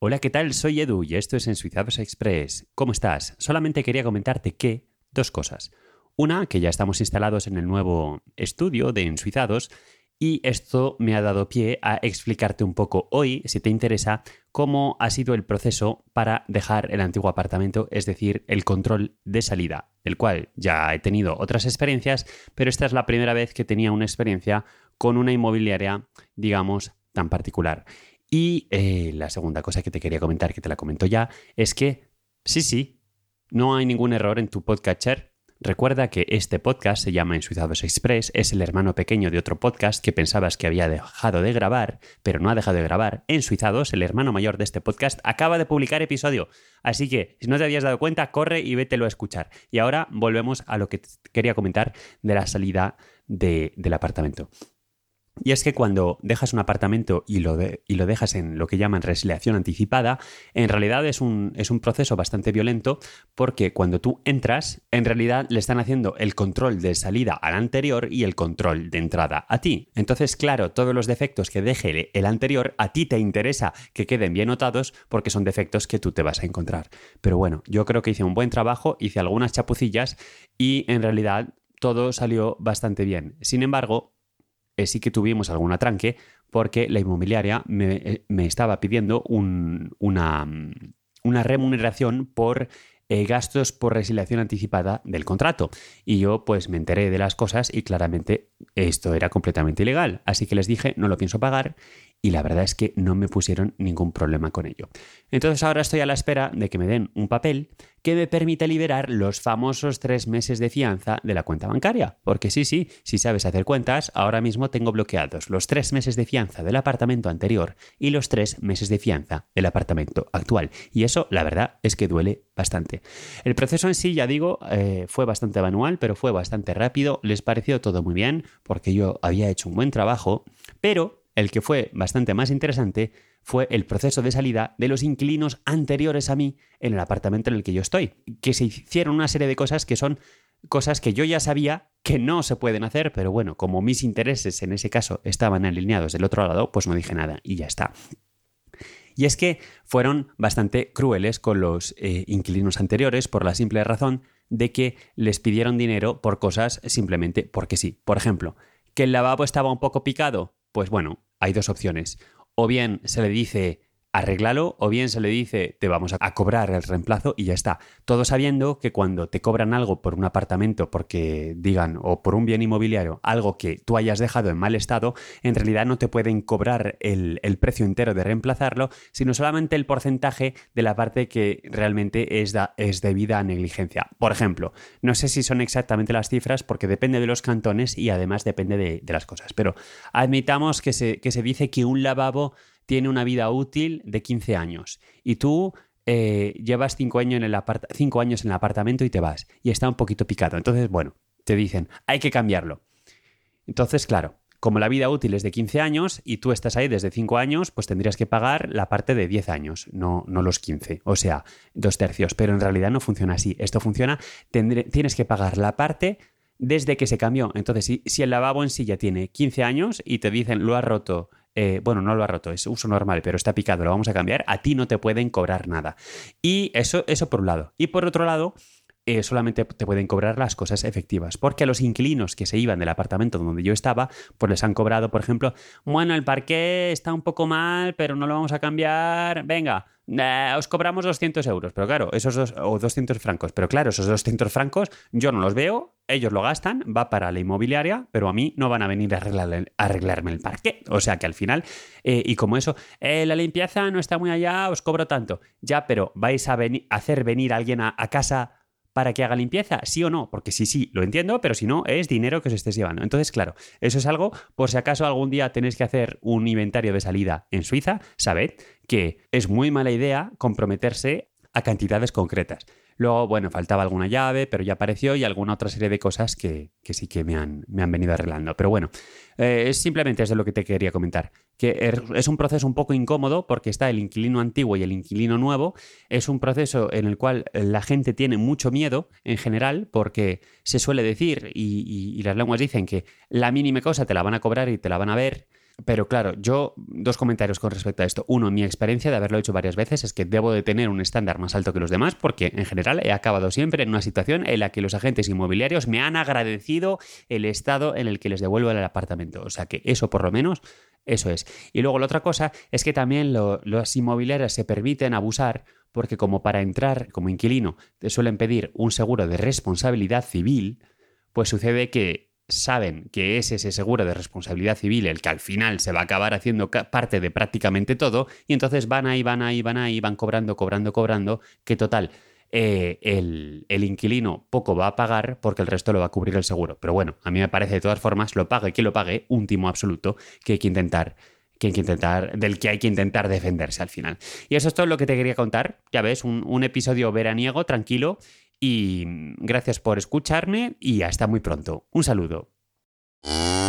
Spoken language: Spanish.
Hola, ¿qué tal? Soy Edu y esto es Ensuizados Express. ¿Cómo estás? Solamente quería comentarte que dos cosas. Una, que ya estamos instalados en el nuevo estudio de Ensuizados y esto me ha dado pie a explicarte un poco hoy, si te interesa, cómo ha sido el proceso para dejar el antiguo apartamento, es decir, el control de salida, el cual ya he tenido otras experiencias, pero esta es la primera vez que tenía una experiencia con una inmobiliaria, digamos, tan particular. Y la segunda cosa que te quería comentar, que te la comento ya, es que sí, no hay ningún error en tu podcatcher. Recuerda que este podcast se llama Ensuizados Express, es el hermano pequeño de otro podcast que pensabas que había dejado de grabar, pero no ha dejado de grabar. Ensuizados, el hermano mayor de este podcast, acaba de publicar episodio. Así que, si no te habías dado cuenta, corre y vételo a escuchar. Y ahora volvemos a lo que quería comentar de la salida del apartamento. Y es que cuando dejas un apartamento y lo dejas en lo que llaman resiliación anticipada, en realidad es un proceso bastante violento porque cuando tú entras, en realidad le están haciendo el control de salida al anterior y el control de entrada a ti. Entonces, claro, todos los defectos que deje el anterior, a ti te interesa que queden bien notados porque son defectos que tú te vas a encontrar. Pero bueno, yo creo que hice un buen trabajo, hice algunas chapucillas y en realidad todo salió bastante bien. Sin embargo, sí que tuvimos algún atranque porque la inmobiliaria me estaba pidiendo una remuneración por gastos por resiliación anticipada del contrato. Y yo pues me enteré de las cosas y claramente esto era completamente ilegal. Así que les dije, no lo pienso pagar y la verdad es que no me pusieron ningún problema con ello. Entonces ahora estoy a la espera de que me den un papel que me permita liberar los famosos 3 meses de fianza de la cuenta bancaria. Porque sí, si sabes hacer cuentas, ahora mismo tengo bloqueados los 3 meses de fianza del apartamento anterior y los 3 meses de fianza del apartamento actual. Y eso, la verdad, es que duele bastante. El proceso en sí, ya digo, fue bastante manual, pero fue bastante rápido. Les pareció todo muy bien porque yo había hecho un buen trabajo, pero el que fue bastante más interesante fue el proceso de salida de los inquilinos anteriores a mí en el apartamento en el que yo estoy, que se hicieron una serie de cosas que son cosas que yo ya sabía que no se pueden hacer, pero bueno, como mis intereses en ese caso estaban alineados del otro lado, pues no dije nada y ya está. Y es que fueron bastante crueles con los inquilinos anteriores por la simple razón de que les pidieron dinero por cosas simplemente porque sí. Por ejemplo, que el lavabo estaba un poco picado. Pues bueno, hay dos opciones. O bien se le dice arréglalo, o bien se le dice te vamos a cobrar el reemplazo y ya está. Todo sabiendo que cuando te cobran algo por un apartamento porque digan, o por un bien inmobiliario, algo que tú hayas dejado en mal estado, en realidad no te pueden cobrar el precio entero de reemplazarlo, sino solamente el porcentaje de la parte que realmente es debida a negligencia. Por ejemplo, no sé si son exactamente las cifras porque depende de los cantones y además depende de las cosas, pero admitamos que se dice que un lavabo tiene una vida útil de 15 años y tú llevas 5 años en el apartamento y te vas y está un poquito picado. Entonces, bueno, te dicen, hay que cambiarlo. Entonces, claro, como la vida útil es de 15 años y tú estás ahí desde 5 años, pues tendrías que pagar la parte de 10 años, no los 15, o sea, 2/3. Pero en realidad no funciona así. Esto funciona, tienes que pagar la parte desde que se cambió. Entonces, si el lavabo en sí ya tiene 15 años y te dicen, lo has roto, bueno, no lo ha roto, es uso normal, pero está picado, lo vamos a cambiar, a ti no te pueden cobrar nada. Y eso por un lado. Y por otro lado, solamente te pueden cobrar las cosas efectivas, porque a los inquilinos que se iban del apartamento donde yo estaba, pues les han cobrado, por ejemplo, bueno, el parqué está un poco mal, pero no lo vamos a cambiar, venga, os cobramos 200 euros, pero claro, o 200 francos, pero claro, esos 200 francos yo no los veo, ellos lo gastan, va para la inmobiliaria, pero a mí no van a venir a arreglarme el parqué, o sea que al final, y como eso, la limpieza no está muy allá, os cobro tanto, ya, pero vais a hacer venir a alguien a casa para que haga limpieza, ¿sí o no? Porque sí, lo entiendo, pero si no, es dinero que os estés llevando. Entonces, claro, eso es algo, por si acaso algún día tenéis que hacer un inventario de salida en Suiza, sabed que es muy mala idea comprometerse a cantidades concretas. Luego, bueno, faltaba alguna llave, pero ya apareció y alguna otra serie de cosas que sí que me han venido arreglando. Pero bueno, simplemente eso es lo que te quería comentar. Que es un proceso un poco incómodo porque está el inquilino antiguo y el inquilino nuevo. Es un proceso en el cual la gente tiene mucho miedo en general porque se suele decir y las lenguas dicen que la mínima cosa te la van a cobrar y te la van a ver. Pero claro, yo dos comentarios con respecto a esto. Uno, mi experiencia de haberlo hecho varias veces es que debo de tener un estándar más alto que los demás porque en general he acabado siempre en una situación en la que los agentes inmobiliarios me han agradecido el estado en el que les devuelvo el apartamento. O sea que eso por lo menos, eso es. Y luego la otra cosa es que también las inmobiliarias se permiten abusar porque como para entrar como inquilino te suelen pedir un seguro de responsabilidad civil, pues sucede que saben que es ese seguro de responsabilidad civil el que al final se va a acabar haciendo parte de prácticamente todo y entonces van cobrando, que total, el inquilino poco va a pagar porque el resto lo va a cubrir el seguro. Pero bueno, a mí me parece de todas formas, lo pague quien lo pague, un timo absoluto del que hay que intentar defenderse al final. Y eso es todo lo que te quería contar. Ya ves, un episodio veraniego, tranquilo. Y gracias por escucharme y hasta muy pronto. Un saludo.